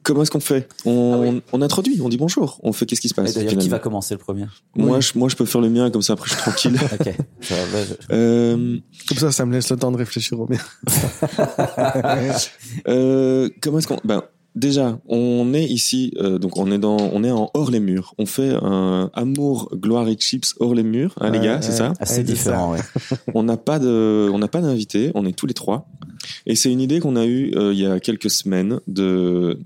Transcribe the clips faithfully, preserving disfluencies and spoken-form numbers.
comment est-ce qu'on fait? On, ah oui. on introduit, on dit bonjour, on fait qu'est-ce qui se passe? Et d'ailleurs, finalement. Qui va commencer le premier? Moi, oui. je, moi, je peux faire le mien, comme ça après je suis tranquille. Ok. Ça va, je... euh... Comme ça, ça me laisse le temps de réfléchir au mien. euh, comment est-ce qu'on, ben, déjà, on est ici, euh, donc on est dans, on est en hors les murs. On fait un amour, gloire et chips hors les murs, hein, ouais, les gars, ouais, c'est ça? Assez différent, ouais. On n'a pas de, on n'a pas d'invité, on est tous les trois. Et c'est une idée qu'on a eue euh, il y a quelques semaines de,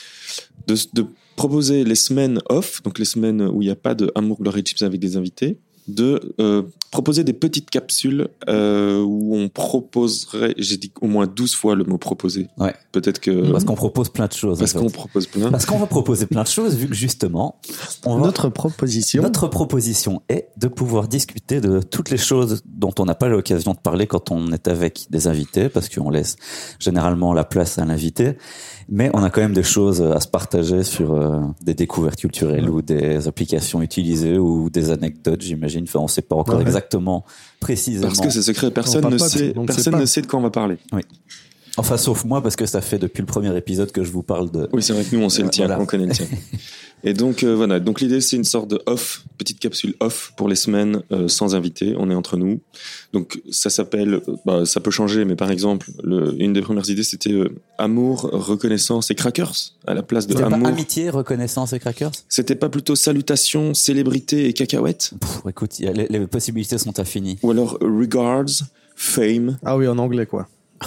de, de proposer les semaines off, donc les semaines où il n'y a pas de amour, gloire et chips avec des invités, de euh, proposer des petites capsules euh, où on proposerait, j'ai dit au moins douze fois le mot proposer. Ouais. Peut-être que... Parce qu'on propose plein de choses. Parce en fait. qu'on propose plein. Parce qu'on va proposer plein de choses, vu que justement... On va... Notre proposition... Notre proposition est de pouvoir discuter de toutes les choses dont on n'a pas l'occasion de parler quand on est avec des invités, parce qu'on laisse généralement la place à l'invité. Mais on a quand même des choses à se partager sur euh, des découvertes culturelles ou des applications utilisées ou des anecdotes, j'imagine. Enfin, on ne sait pas encore ouais. exactement, précisément. Parce que c'est secret, personne, ne sait, de, personne ne sait de quoi on va parler. Oui. Enfin, sauf moi, parce que ça fait depuis le premier épisode que je vous parle de... Oui, c'est vrai que nous, on sait le tien, voilà. On connaît le tien. Et donc, euh, voilà. Donc, l'idée, c'est une sorte de off, petite capsule off pour les semaines euh, sans invité. On est entre nous. Donc, ça s'appelle... Bah, ça peut changer, mais par exemple, le, une des premières idées, c'était euh, amour, reconnaissance et crackers, à la place de c'était amour. Pas amitié, reconnaissance et crackers? C'était pas plutôt salutations, célébrité et cacahuètes? Pff, écoute, y a, les, les possibilités sont infinies. Ou alors regards, fame. Ah oui, en anglais, quoi.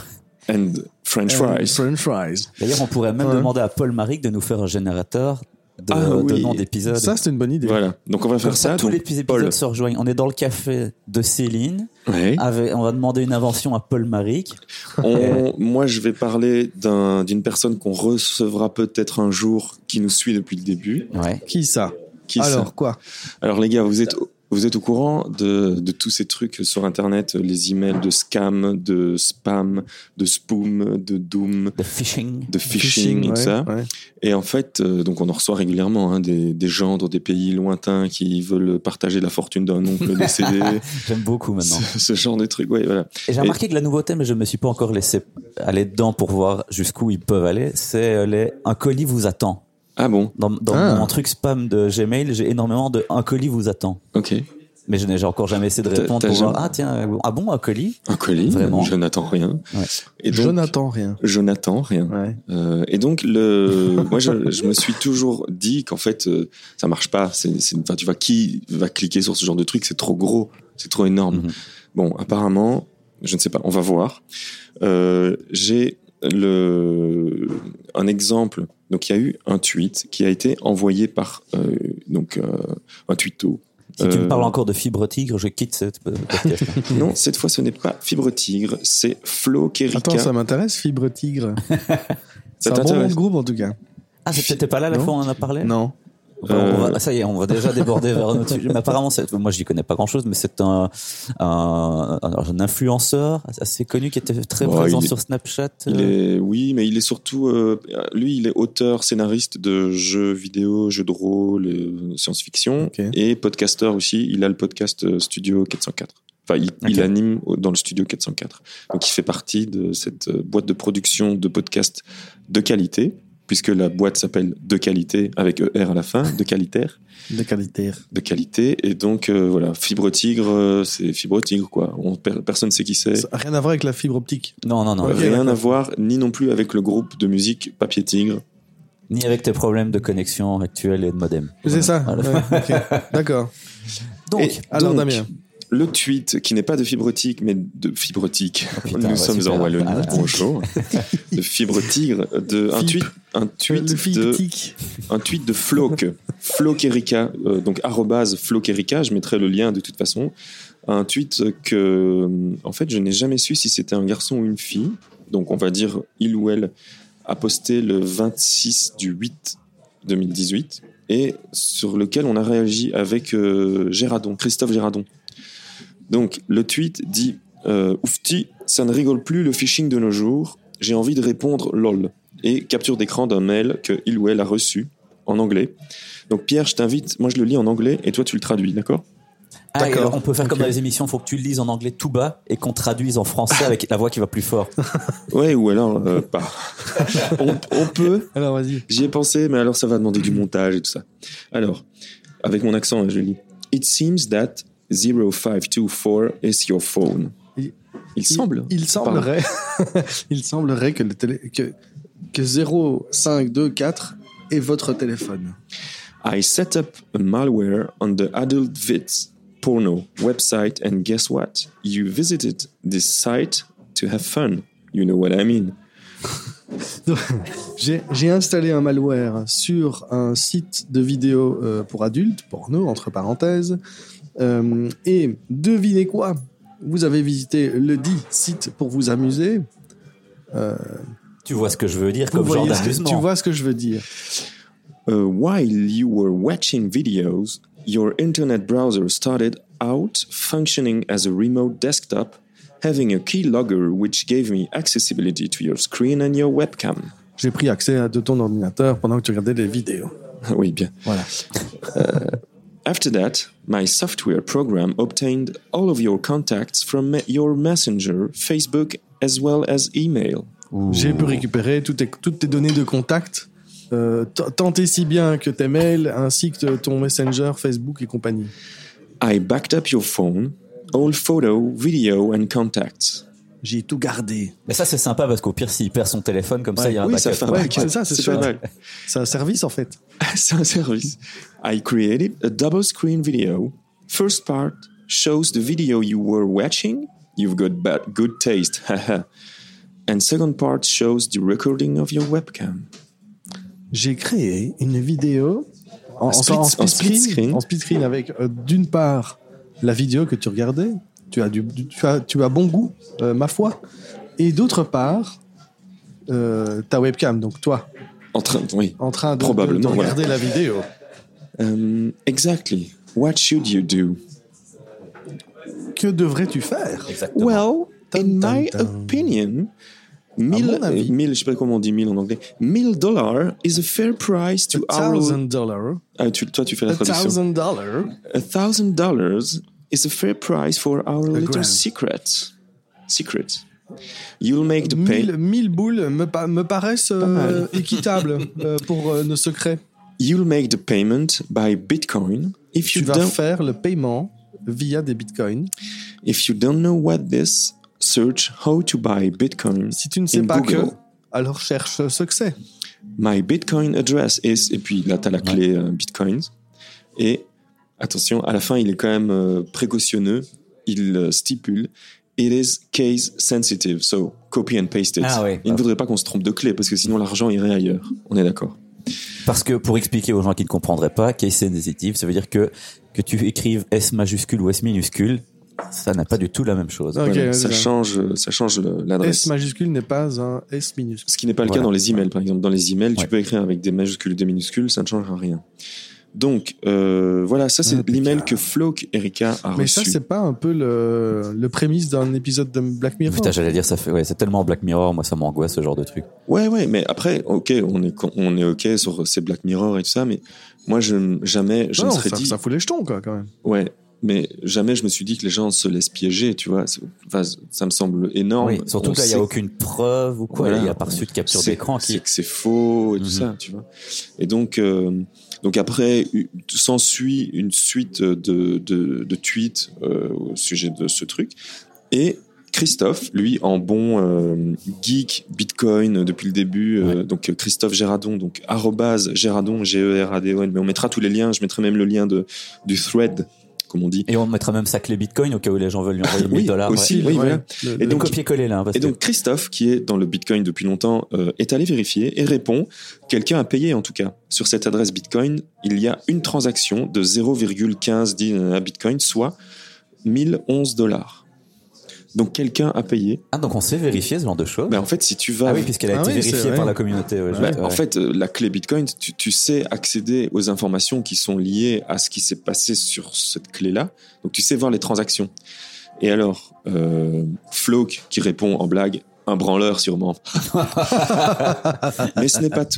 And French And fries. French fries. D'ailleurs, on pourrait même ouais. demander à Paul Maric de nous faire un générateur de, ah, oui. de noms d'épisodes. Ça, c'est une bonne idée. Voilà. Donc, on va faire ça. ça tous donc, les épisodes Paul. se rejoignent. On est dans le café de Céline. Ouais. Avec, on va demander une invention à Paul Maric. On, moi, je vais parler d'un, d'une personne qu'on recevra peut-être un jour qui nous suit depuis le début. Ouais. Qui ça? Qui Alors, ça quoi? Alors, les gars, vous êtes... Vous êtes au courant de, de tous ces trucs sur Internet, les emails de scam, de spam, de spoom, de doom, de phishing, de phishing, et ouais, tout ça. Ouais. Et en fait, euh, donc on en reçoit régulièrement hein, des, des gens dans des pays lointains qui veulent partager la fortune d'un oncle décédé. J'aime beaucoup maintenant. Ce, ce genre de trucs, ouais, voilà. Et j'ai remarqué et... que la nouveauté, mais je me suis pas encore laissé aller dedans pour voir jusqu'où ils peuvent aller, c'est les un colis vous attend. Ah bon? Dans, dans ah. mon truc spam de Gmail, j'ai énormément de un colis vous attend. Ok. Mais je n'ai encore jamais essayé de répondre t'as, t'as pour jamais... voir, ah tiens, ah bon, un colis? Un colis? Vraiment? Je n'attends rien. Ouais. Et donc, je n'attends rien. Je n'attends rien. Ouais. Euh, et donc, le, moi, je, je me suis toujours dit qu'en fait, euh, ça marche pas. C'est, c'est, enfin, tu vois, qui va cliquer sur ce genre de truc? C'est trop gros. C'est trop énorme. Mm-hmm. Bon, apparemment, je ne sais pas. On va voir. Euh, j'ai le, un exemple. Donc, il y a eu un tweet qui a été envoyé par, euh, donc, euh, un tweeto. Si euh... tu me parles encore de Fibre Tigre, je quitte cette podcast. Non, cette fois, ce n'est pas Fibre Tigre, c'est Flo Kerika. Attends, ça m'intéresse, Fibre Tigre. Ça c'est un bon nom de groupe, en tout cas. Ah, c'était pas là la non. fois où on en a parlé? Non. Enfin, euh... on va, ça y est, on va déjà déborder vers un autre sujet. Mais apparemment, c'est, moi, j'y connais pas grand-chose, mais c'est un, un, un influenceur assez connu qui était très oh, présent sur Snapchat. Il est, oui, mais il est surtout, euh, lui, il est auteur, scénariste de jeux vidéo, jeux de rôle, euh, science-fiction, okay. Et podcasteur aussi. Il a le podcast Studio quatre cent quatre. Enfin, il, okay. il anime dans le Studio quatre cent quatre. Donc, il fait partie de cette boîte de production de podcasts de qualité. Puisque la boîte s'appelle De Qualité, avec E R à la fin, De Qualitaire. De Qualité. De Qualité. Et donc, euh, voilà, Fibre Tigre, euh, c'est Fibre Tigre, quoi. On, per, personne ne sait qui c'est. Ça n'a rien à voir avec la fibre optique. Non, non, non. Okay, rien d'accord. à voir, ni non plus avec le groupe de musique Papier Tigre. Ni avec tes problèmes de connexion actuelle et de modem. C'est ça. Voilà. Ouais, okay. D'accord. Donc, et alors donc, Damien. Le tweet, qui n'est pas de Fibrotique, mais de Fibrotique. Oh, putain, nous ouais, sommes en Wallonie, ah, bonjour. De Fibre Tigre, de, un tweet, un tweet de, un tweet de Floke, Floke Erika, euh, donc, arrobase Floke Erika, je mettrai le lien de toute façon. Un tweet que, en fait, je n'ai jamais su si c'était un garçon ou une fille. Donc, on va dire, il ou elle a posté le vingt-six du huit deux mille dix-huit et sur lequel on a réagi avec euh, Géradon, Christophe Géradon. Donc, le tweet dit euh, « Oufti, ça ne rigole plus le phishing de nos jours. J'ai envie de répondre lol. » Et capture d'écran d'un mail que il ou elle a reçu en anglais. Donc, Pierre, je t'invite. Moi, je le lis en anglais et toi, tu le traduis, d'accord ? Ah, D'accord. On peut faire comme okay. dans les émissions, il faut que tu le lises en anglais tout bas et qu'on traduise en français avec la voix qui va plus fort. Ouais, ou alors euh, pas. on, on peut. Alors vas-y. J'y ai pensé, mais alors ça va demander du montage et tout ça. Alors, avec mon accent, je lis. It seems that zero five two four is your phone. Il, il semble. Il, il semblerait. il semblerait que le télé, que que zéro cinq deux quatre est votre téléphone. I set up a malware on the adult vids porno website and guess what? You visited this site to have fun. You know what I mean. j'ai, j'ai installé un malware sur un site de vidéos euh, pour adultes, porno entre parenthèses, euh, et devinez quoi? Vous avez visité le dit site pour vous amuser. Euh, tu vois ce que je veux dire comme genre d'amusement. Tu vois ce que je veux dire. Uh, while you were watching videos, your internet browser started out functioning as a remote desktop, having a keylogger which gave me accessibility to your screen and your webcam. J'ai pris accès à de ton ordinateur pendant que tu regardais des vidéos. Oui, bien. Voilà. Uh, after that, my software program obtained all of your contacts from me- your messenger, Facebook, as well as email. Ouh. J'ai pu récupérer toutes tes, toutes tes données de contact, euh, t- tant et si bien que tes mails, ainsi que ton Messenger, Facebook et compagnie. I backed up your phone, all photo, video and contacts. J'ai tout gardé. Mais ça, c'est sympa parce qu'au pire, s'il perd son téléphone, comme ouais, ça, il y a un oui, backup. Ça fait un ouais, backup. c'est ça, c'est, c'est pas mal. C'est un service, en fait. C'est un service. I created a double screen video. First part shows the video you were watching. You've got bad, good taste. And second part shows the recording of your webcam. J'ai créé une vidéo en, en, split, en, split, en split screen, screen. en split screen avec euh, d'une part la vidéo que tu regardais. Tu as, du, du, tu as, tu as bon goût, euh, ma foi. Et d'autre part, euh, ta webcam, donc toi. En train, oui. En train de, Probablement, de, de regarder voilà. la vidéo. Um, exactly. What should you do? Que devrais-tu faire? Exactement. Well, Dun, in dun, my dun. opinion, mille, euh, mille, je sais pas comment on dit mille en anglais, mille dollars is a fair price to A our... thousand dollars. Ah, tu, toi, tu fais la A traduction. thousand dollars. A thousand dollars is a fair price for our A little grand. secret. Secret. You'll make the pay. Mille, mille boules me, pa- me paraissent euh, équitables euh, pour euh, nos secrets. You'll make the payment by Bitcoin. If Tu you vas don't, faire le paiement via des bitcoins. if you don't know what this, search how to buy Bitcoin. Si tu ne sais in pas Google. que, alors cherche ce que c'est. My Bitcoin address is, et puis là, tu as la clé euh, Bitcoins. Et attention, à la fin, il est quand même euh, précautionneux. Il euh, stipule It is case sensitive, so copy and paste it. Ah oui. Il ne voudrait pas qu'on se trompe de clé parce que sinon l'argent irait ailleurs. On est d'accord. Parce que pour expliquer aux gens qui ne comprendraient pas, case sensitive, ça veut dire que que tu écrives S majuscule ou S minuscule, ça n'a pas du tout la même chose. Ok, Voilà, ouais, ça c'est ça. change, ça change le- l'adresse. S majuscule n'est pas un S minuscule. Ce qui n'est pas le Voilà. cas dans les emails, par exemple. Dans les emails, Ouais. tu peux écrire avec des majuscules et des minuscules, ça ne changera rien. Donc, euh, voilà, ça c'est Impeccable. l'email que Flock Erika a Mais reçu. ça, c'est pas un peu le, le prémisse d'un épisode de Black Mirror? Putain, j'allais dire, ça fait, ouais, c'est tellement Black Mirror, moi, ça m'angoisse, ce genre de truc. Ouais, ouais, mais après, ok, on est, on est ok sur ces Black Mirror et tout ça, mais moi, je, jamais, je non, me serais ça, dit, ça fout les jetons, quoi, quand même. ouais, mais jamais je me suis dit que les gens se laissent piéger, tu vois. C'est- Enfin, ça me semble énorme. Oui, surtout On que là, il n'y sait- a aucune preuve ou quoi. Voilà. Il n'y a pas reçu de capture C'est- d'écran c'est qui. que c'est faux et tout Mhm. ça, tu vois. Et donc, euh, donc après, u- s'ensuit une suite de, de, de tweets euh, au sujet de ce truc. Et Christophe, lui, en bon euh, geek Bitcoin depuis le début, euh, Ouais. donc Christophe Géradon, donc arrobase Géradon, G E R A D O N, mais on mettra tous les liens, je mettrai même le lien de, du thread, comme on dit. Et on mettra même sa clé Bitcoin au cas où les gens veulent lui envoyer Oui, mille dollars. aussi. Ouais. oui, voilà. Le- Et le- donc- Copier-coller là. hein, parce Et que- donc Christophe, qui est dans le Bitcoin depuis longtemps, euh, est allé vérifier et répond, quelqu'un a payé en tout cas. Sur cette adresse Bitcoin, il y a une transaction de zéro virgule quinze dit à Bitcoin, soit mille onze dollars. Donc quelqu'un a payé. Ah, donc on sait vérifier ce genre de choses. Ben, en fait, si tu vas... Ah oui, puisqu'elle a Ah été oui, c'est vérifiée vrai. par la communauté. Ouais, je- Ben, ouais. En fait, euh, la clé Bitcoin, tu, tu sais accéder aux informations qui sont liées à ce qui s'est passé sur cette clé-là. Donc tu sais voir les transactions. Et alors, euh, Flock qui répond en blague, un branleur sûrement. Mais ce n'est pas tout.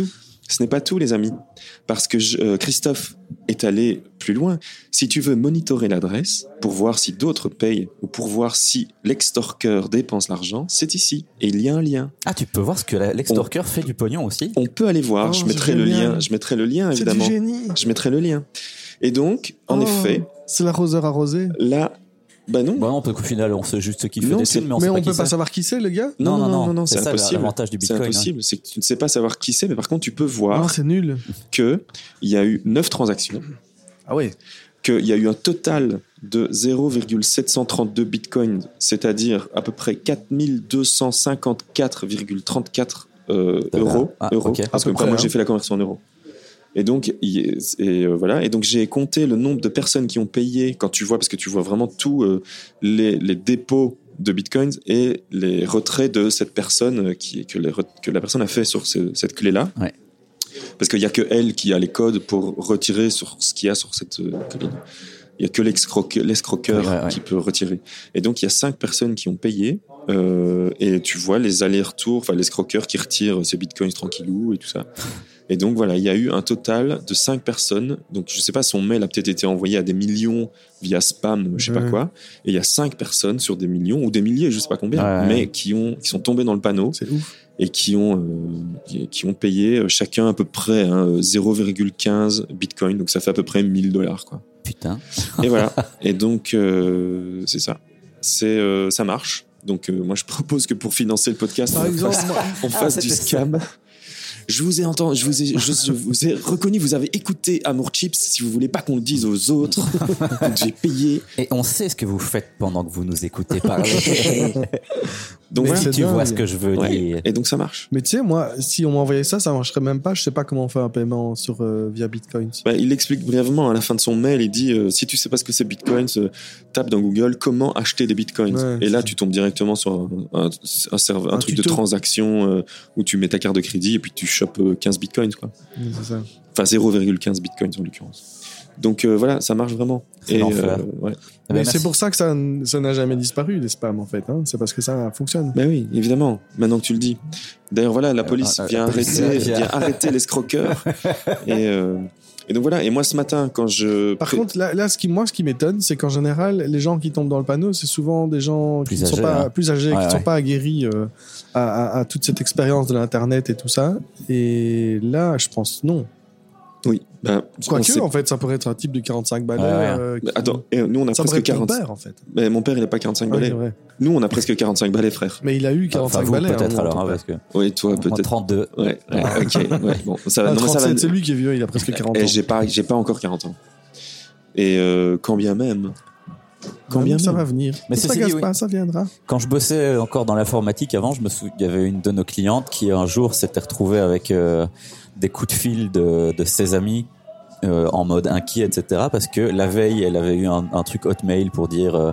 Ce n'est pas tout, les amis, parce que je, euh, Christophe est allé plus loin. Si tu veux monitorer l'adresse pour voir si d'autres payent ou pour voir si l'extorqueur dépense l'argent, c'est ici. Et il y a un lien. Ah, tu peux voir ce que l'extorqueur on, fait du pognon aussi. On peut aller voir. Oh, je mettrai le lien. Je mettrai le lien évidemment. C'est du génie. Je mettrai le lien. Et donc, en oh, effet, c'est l'arroseur arrosé. Là. Bah non. Bah non, parce qu'au final, on sait juste qui fait non, des films, mais on, mais sait on pas peut qui pas c'est. savoir qui c'est, le gars. Non, non, non, non, non c'est, c'est ça, impossible. L'avantage du Bitcoin. C'est impossible. Hein. C'est que tu ne sais pas savoir qui c'est, mais par contre, tu peux voir. Non, c'est nul. Que il y a eu neuf transactions. Ah ouais. Qu'il y a eu un total de zéro virgule sept cent trente-deux bitcoins, c'est-à-dire à peu près quatre mille deux cent cinquante-quatre virgule trente-quatre euh, euros. Ah, euros okay. Parce que près, moi, hein. j'ai fait la conversion en euros. Et donc, et, et euh, voilà. Et donc, j'ai compté le nombre de personnes qui ont payé, quand tu vois, parce que tu vois vraiment tous euh, les, les dépôts de bitcoins et les retraits de cette personne qui, que, les, que la personne a fait sur ce, cette clé-là. Ouais. Parce qu'il n'y a que elle qui a les codes pour retirer sur ce qu'il y a sur cette euh, clé. Il n'y a que l'escroqueur, l'escroqueur ouais, ouais. qui peut retirer. Et donc, il y a cinq personnes qui ont payé. Euh, et tu vois les allers-retours, enfin, l'escroqueur qui retire ses bitcoins tranquillou et tout ça. Et donc, voilà, il y a eu un total de cinq personnes. Donc, je ne sais pas, son mail a peut-être été envoyé à des millions via spam, je ne sais ouais. pas quoi. Et il y a cinq personnes sur des millions, ou des milliers, je ne sais pas combien, ouais. mais qui, ont, qui sont tombés dans le panneau. C'est ouf. Et qui ont, euh, qui, qui ont payé chacun à peu près hein, zéro virgule quinze bitcoin. Donc, ça fait à peu près mille dollars, quoi. Putain. Et voilà. Et donc, euh, c'est ça. C'est, euh, ça marche. Donc, euh, moi, je propose que pour financer le podcast, Par on exemple, fasse, on fasse ah, du scam. Ça. Je vous ai entendu, je vous ai, je, je vous ai reconnu, vous avez écouté Amour Chips. Si vous voulez pas qu'on le dise aux autres, j'ai payé. Et on sait ce que vous faites pendant que vous nous écoutez parler. Donc mais voilà, si tu dingue. vois ce que je veux ouais. dire. Et donc ça marche. Mais tu sais, moi, si on m'envoyait ça, ça marcherait même pas. Je sais pas comment on fait un paiement sur euh, via Bitcoin. Bah, il explique brièvement à la fin de son mail. Il dit euh, si tu sais pas ce que c'est Bitcoin, euh, tape dans Google comment acheter des Bitcoins. Ouais, et là, tu tombes directement sur un, un, un, serveur, un, un truc tuto. de transaction euh, où tu mets ta carte de crédit et puis tu chopes euh, quinze Bitcoins, quoi. Oui, c'est ça. Enfin zéro virgule quinze Bitcoins en l'occurrence. Donc euh, voilà, ça marche vraiment. C'est et euh, ouais. Mais c'est pour ça que ça, ça n'a jamais disparu, les spams, en fait. Hein. C'est parce que ça fonctionne. Ben oui, évidemment, maintenant que tu le dis. D'ailleurs, voilà, la police euh, vient, la police arrêter, vient arrêter l'escroqueur. et, euh, et donc voilà, et moi ce matin, quand je... Par contre, là, là ce qui, moi, ce qui m'étonne, c'est qu'en général, les gens qui tombent dans le panneau, c'est souvent des gens plus qui ne sont pas hein. plus âgés, ouais, qui ne ouais. sont pas aguerris euh, à, à, à toute cette expérience de l'Internet et tout ça. Et là, je pense non. Oui. Ben, Quoique, sait... en fait, ça pourrait être un type de quarante-cinq balais. Ouais, ouais. Euh, qui... Attends, et nous on a ça presque quarante. Mon père, en fait. Mais mon père, il n'a pas quarante-cinq balais. Ouais, nous, on a presque quarante-cinq balais, frère. Mais il a eu quarante-cinq enfin, vous, balais. Peut-être hein, alors, hein, parce que. Oui, toi, peut-être. Moi, trente-deux. Ouais, ouais, ok. Ouais, bon, ça va. Ah, non, trente-sept, ça va... c'est lui qui est vieux, il a presque quarante et ans. J'ai pas, j'ai pas encore quarante ans. Et euh, quand bien même. Quand bien ça même. va venir. Mais ça dit, oui. pas, ça viendra. Quand je bossais encore dans l'informatique avant, je me souviens, il y avait une de nos clientes qui un jour s'était retrouvée avec euh, des coups de fil de, de ses amis euh, en mode inquiet, et cetera. Parce que la veille, elle avait eu un, un truc Hotmail pour dire euh,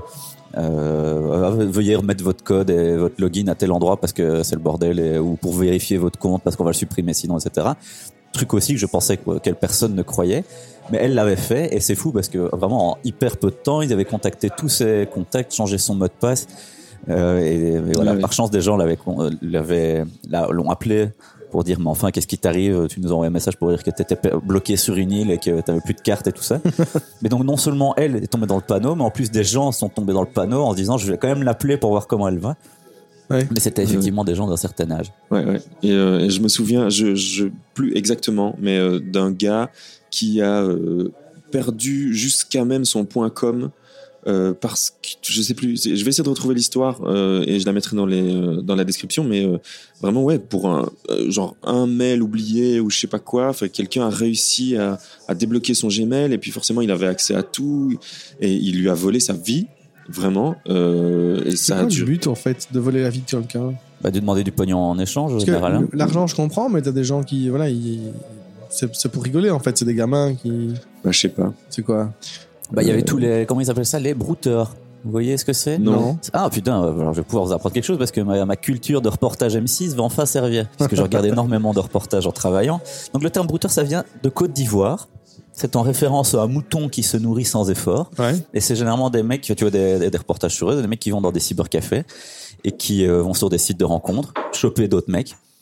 euh, veuillez remettre votre code et votre login à tel endroit parce que c'est le bordel, et, ou pour vérifier votre compte parce qu'on va le supprimer sinon, et cetera. Truc aussi que je pensais que quelle personne ne croyait, mais elle l'avait fait et c'est fou parce que vraiment en hyper peu de temps ils avaient contacté tous ses contacts, changé son mot de passe euh, et, et voilà, oui, par oui. chance des gens l'avaient, l'avaient, l'ont appelé pour dire mais enfin qu'est-ce qui t'arrive, tu nous envoies un message pour dire que t'étais bloqué sur une île et que t'avais plus de carte et tout ça. Mais donc non seulement elle est tombée dans le panneau, mais en plus des gens sont tombés dans le panneau en se disant je vais quand même l'appeler pour voir comment elle va. Ouais. Mais c'était effectivement ouais. des gens d'un certain âge. Ouais, ouais. Et, euh, et je me souviens, je, je plus exactement, mais euh, d'un gars qui a euh, perdu jusqu'à même son .com euh, parce que je sais plus. Je vais essayer de retrouver l'histoire euh, et je la mettrai dans les euh, dans la description. Mais euh, vraiment, ouais, pour un euh, genre un mail oublié ou je sais pas quoi, fait, quelqu'un a réussi à, à débloquer son Gmail et puis forcément il avait accès à tout et il lui a volé sa vie. Vraiment, euh, et c'est ça quoi a le but en fait de voler la vie de quelqu'un? Bah de demander du pognon en échange en général. Hein. L'argent je comprends, mais t'as des gens qui voilà, ils... c'est, c'est pour rigoler en fait, c'est des gamins qui. Bah je sais pas. C'est quoi? Bah il y avait tous les comment ils appellent ça, les brouteurs. Vous voyez ce que c'est? Non. Ah putain, alors je vais pouvoir vous apprendre quelque chose parce que ma, ma culture de reportage M six va enfin servir parce que je regarde énormément de reportages en travaillant. Donc le terme brouteur ça vient de Côte d'Ivoire. C'est en référence à un mouton qui se nourrit sans effort. Ouais. Et c'est généralement des mecs, tu vois, des, des reportages sur eux, des mecs qui vont dans des cybercafés et qui euh, vont sur des sites de rencontres, choper d'autres mecs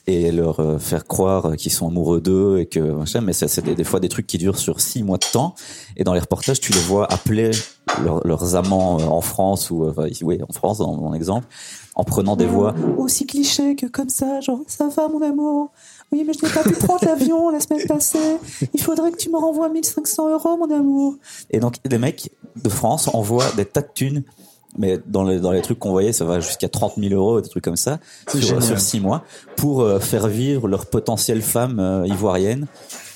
et leur euh, faire croire qu'ils sont amoureux d'eux et que machin. Mais ça, c'est des, des fois des trucs qui durent sur six mois de temps. Et dans les reportages, tu les vois appeler leur, leurs amants en France ou enfin, oui, en France dans mon exemple, en prenant des voix aussi clichés que comme ça, genre ça va mon amour. Oui, mais je n'ai pas pu prendre l'avion la semaine passée. Il faudrait que tu me renvoies mille cinq cents euros, mon amour. Et donc, les mecs de France envoient des tas de thunes. Mais dans les, dans les trucs qu'on voyait, ça va jusqu'à trente mille euros, des trucs comme ça, sur, sur six mois, pour euh, faire vivre leur potentielle femme euh, ivoirienne.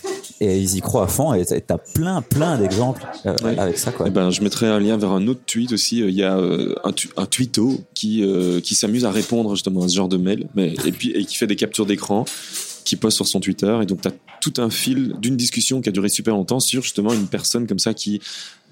Et ils y croient à fond, et t'as plein, plein d'exemples euh, ouais. avec ça, quoi. Et ben, je mettrai un lien vers un autre tweet aussi. Il y a euh, un, tu- un tweeto qui, euh, qui s'amuse à répondre justement à ce genre de mail, mais, et puis, et qui fait des captures d'écran, qui poste sur son Twitter. Et donc, t'as tout un fil d'une discussion qui a duré super longtemps sur justement une personne comme ça qui,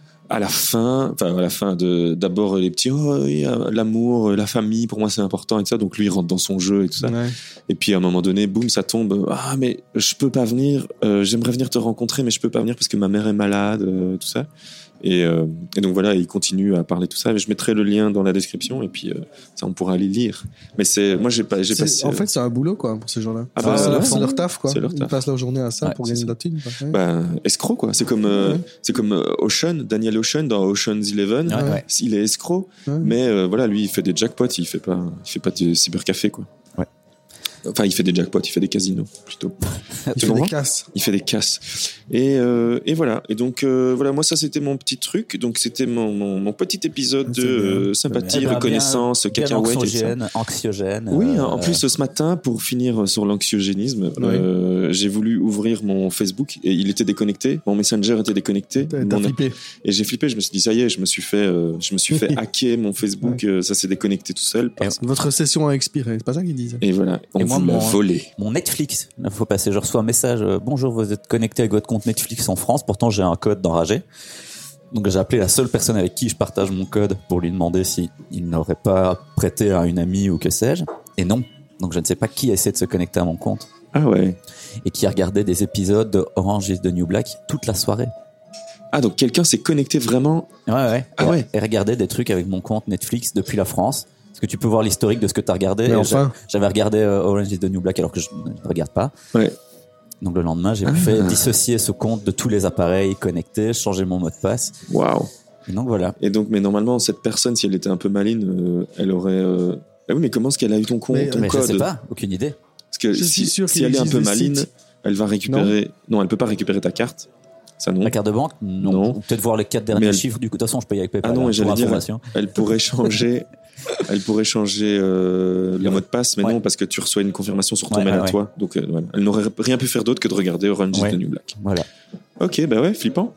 à la fin, enfin à la fin de d'abord les petits oh, oui, l'amour, la famille, pour moi c'est important et tout ça. Donc lui il rentre dans son jeu et tout ça. Ouais. Et puis à un moment donné, boum, ça tombe. Ah mais je peux pas venir. Euh, j'aimerais venir te rencontrer, mais je peux pas venir parce que ma mère est malade, euh, tout ça. Et, euh, et donc voilà, il continue à parler tout ça. Je mettrai le lien dans la description et puis euh, ça on pourra aller lire. Mais c'est moi j'ai pas j'ai c'est, passé. En fait c'est un boulot quoi pour ces gens-là. Ah bah, c'est, leur, c'est leur taf quoi. C'est leur taf. Ils passent leur journée à ça ouais, pour gagner de la thune. Ouais. Bah escroc quoi. C'est comme euh, ouais. c'est comme euh, Ocean, Daniel Ocean dans Ocean's Eleven. Ouais, ouais. Il est escroc, ouais. mais euh, voilà lui il fait des jackpots, il fait pas il fait pas de cybercafé quoi. Ouais. Enfin, il fait des jackpots, il fait des casinos plutôt. il fait des casses. Il fait des casses. Et, euh, et voilà. Et donc, euh, voilà, moi, ça, c'était mon petit truc. Donc, c'était mon, mon, mon petit épisode de euh, sympathie, bien, reconnaissance, bien, cacahuète. Anxiogène, anxiogène. Oui, euh, en plus, ce matin, pour finir sur l'anxiogénisme, oui. euh, j'ai voulu ouvrir mon Facebook et il était déconnecté. Mon Messenger était déconnecté. T'as, mon... t'as flippé. Et j'ai flippé. Je me suis dit, ça y est, je me suis fait, euh, je me suis fait hacker mon Facebook. Ouais. Euh, ça s'est déconnecté tout seul. Parce... Votre session a expiré. C'est pas ça qu'ils disent. Et voilà. On et moi, vous l'a volé. Mon Netflix, il faut passer, je reçois un message, euh, bonjour, vous êtes connecté avec votre compte Netflix en France, pourtant j'ai un code d'enragé. Donc j'ai appelé la seule personne avec qui je partage mon code pour lui demander si il n'aurait pas prêté à une amie ou que sais-je. Et non. Donc je ne sais pas qui a essayé de se connecter à mon compte. Ah ouais. Et qui a regardé des épisodes de Orange is the New Black toute la soirée. Ah, donc quelqu'un s'est connecté vraiment? Ouais, ouais. Ah et, ouais. Et regardé des trucs avec mon compte Netflix depuis la France. Parce que tu peux voir l'historique de ce que tu as regardé. Mais enfin. J'avais regardé euh, Orange is the New Black alors que je ne regarde pas. Ouais. Donc le lendemain, j'ai ah. fait dissocier ce compte de tous les appareils connectés, changer mon mot de passe. Waouh. Et donc voilà. Et donc, mais normalement, cette personne, si elle était un peu maline, euh, elle aurait. Euh... Ah oui, mais comment est-ce qu'elle a eu ton compte, mais, ton mais code? Je sais pas, aucune idée. Parce que je si, suis sûr si elle est un peu maline, sites. elle va récupérer. Non. non, elle peut pas récupérer ta carte. Ça non. La carte de banque, non. non. Peut-être voir les quatre derniers elle... chiffres. Du coup, de toute façon, je paye avec PayPal. Ah non, hein, j'allais dire, elle, elle pourrait changer. Elle pourrait changer euh, le mot de passe, mais ouais. non, parce que tu reçois une confirmation sur ton ouais, mail ouais, à ouais. toi. Donc, euh, voilà. Elle n'aurait rien pu faire d'autre que de regarder Orange is the New Black. Voilà. Ok, bah ouais, flippant.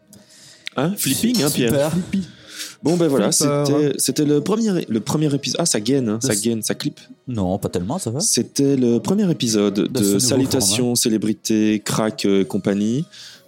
Hein, flipping, hein, Pierre. Super. Bon, ben voilà, c'était, c'était le premier, le premier épisode. Ah, ça gaine, hein, ça gaine, ça clip. Non, pas tellement, ça va. C'était le premier épisode de, de Salutations, format. Célébrités, Crack et compagnie.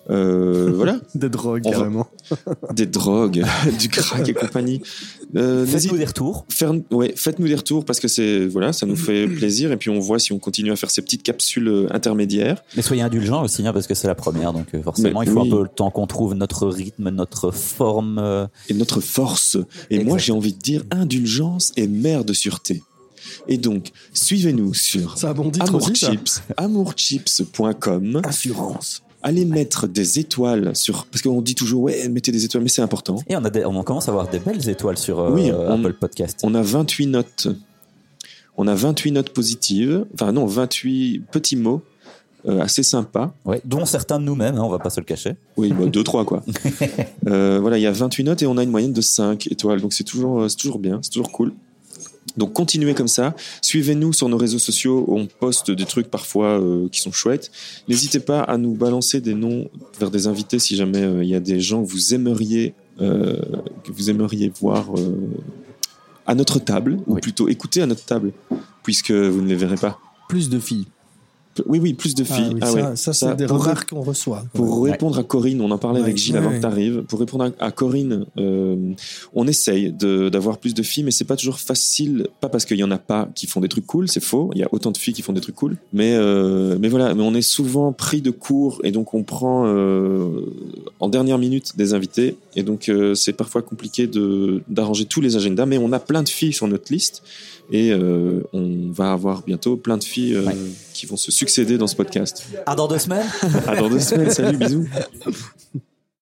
Euh, voilà. Des drogues, On carrément. Va... Des drogues, du crack et compagnie. Euh, faites-nous des retours. Faire... Ouais, faites-nous des retours parce que c'est, voilà, ça nous fait plaisir et puis on voit si on continue à faire ces petites capsules intermédiaires. Mais soyez indulgents aussi, hein, parce que c'est la première, donc forcément, Mais, il faut oui. un peu le temps qu'on trouve notre rythme, notre forme. Euh... Et notre force. Et exact. Moi, j'ai envie de dire indulgence et mère de sûreté. Et donc, suivez-nous sur amourchips, amourchips point com. Assurance. Allez mettre des étoiles sur, parce qu'on dit toujours ouais mettez des étoiles, mais c'est important. Et on a des... on commence à avoir des belles étoiles sur euh, oui, on... Apple Podcast. On a vingt-huit notes, on a vingt-huit notes positives, enfin non vingt-huit petits mots euh, assez sympas. Ouais, dont certains de nous-mêmes, hein, on va pas se le cacher. Oui, bah, deux trois quoi. euh, voilà, il y a vingt-huit notes et on a une moyenne de cinq étoiles, donc c'est toujours c'est toujours bien, c'est toujours cool. Donc continuez comme ça, suivez-nous sur nos réseaux sociaux, on poste des trucs parfois euh, qui sont chouettes. N'hésitez pas à nous balancer des noms vers des invités si jamais il euh, y a des gens que vous aimeriez, euh, que vous aimeriez voir euh, à notre table, oui. ou plutôt écouter à notre table, puisque vous ne les verrez pas. Plus de filles. Oui, oui, plus de filles. Ah, oui, ah, ça, ouais. ça, c'est ça, des pour remarques qu'on reçoit. Pour ouais. répondre à Corinne, on en parlait ouais, avec Gilles ouais, avant ouais. que tu arrives. Pour répondre à, à Corinne, euh, on essaye de, d'avoir plus de filles, mais c'est pas toujours facile. Pas parce qu'il y en a pas qui font des trucs cool, c'est faux. Il y a autant de filles qui font des trucs cool, mais euh, mais voilà. Mais on est souvent pris de court et donc on prend euh, en dernière minute des invités et donc euh, c'est parfois compliqué de d'arranger tous les agendas. Mais on a plein de filles sur notre liste. Et euh, on va avoir bientôt plein de filles euh, ouais. qui vont se succéder dans ce podcast. À dans deux semaines. À dans deux semaines. Salut, bisous.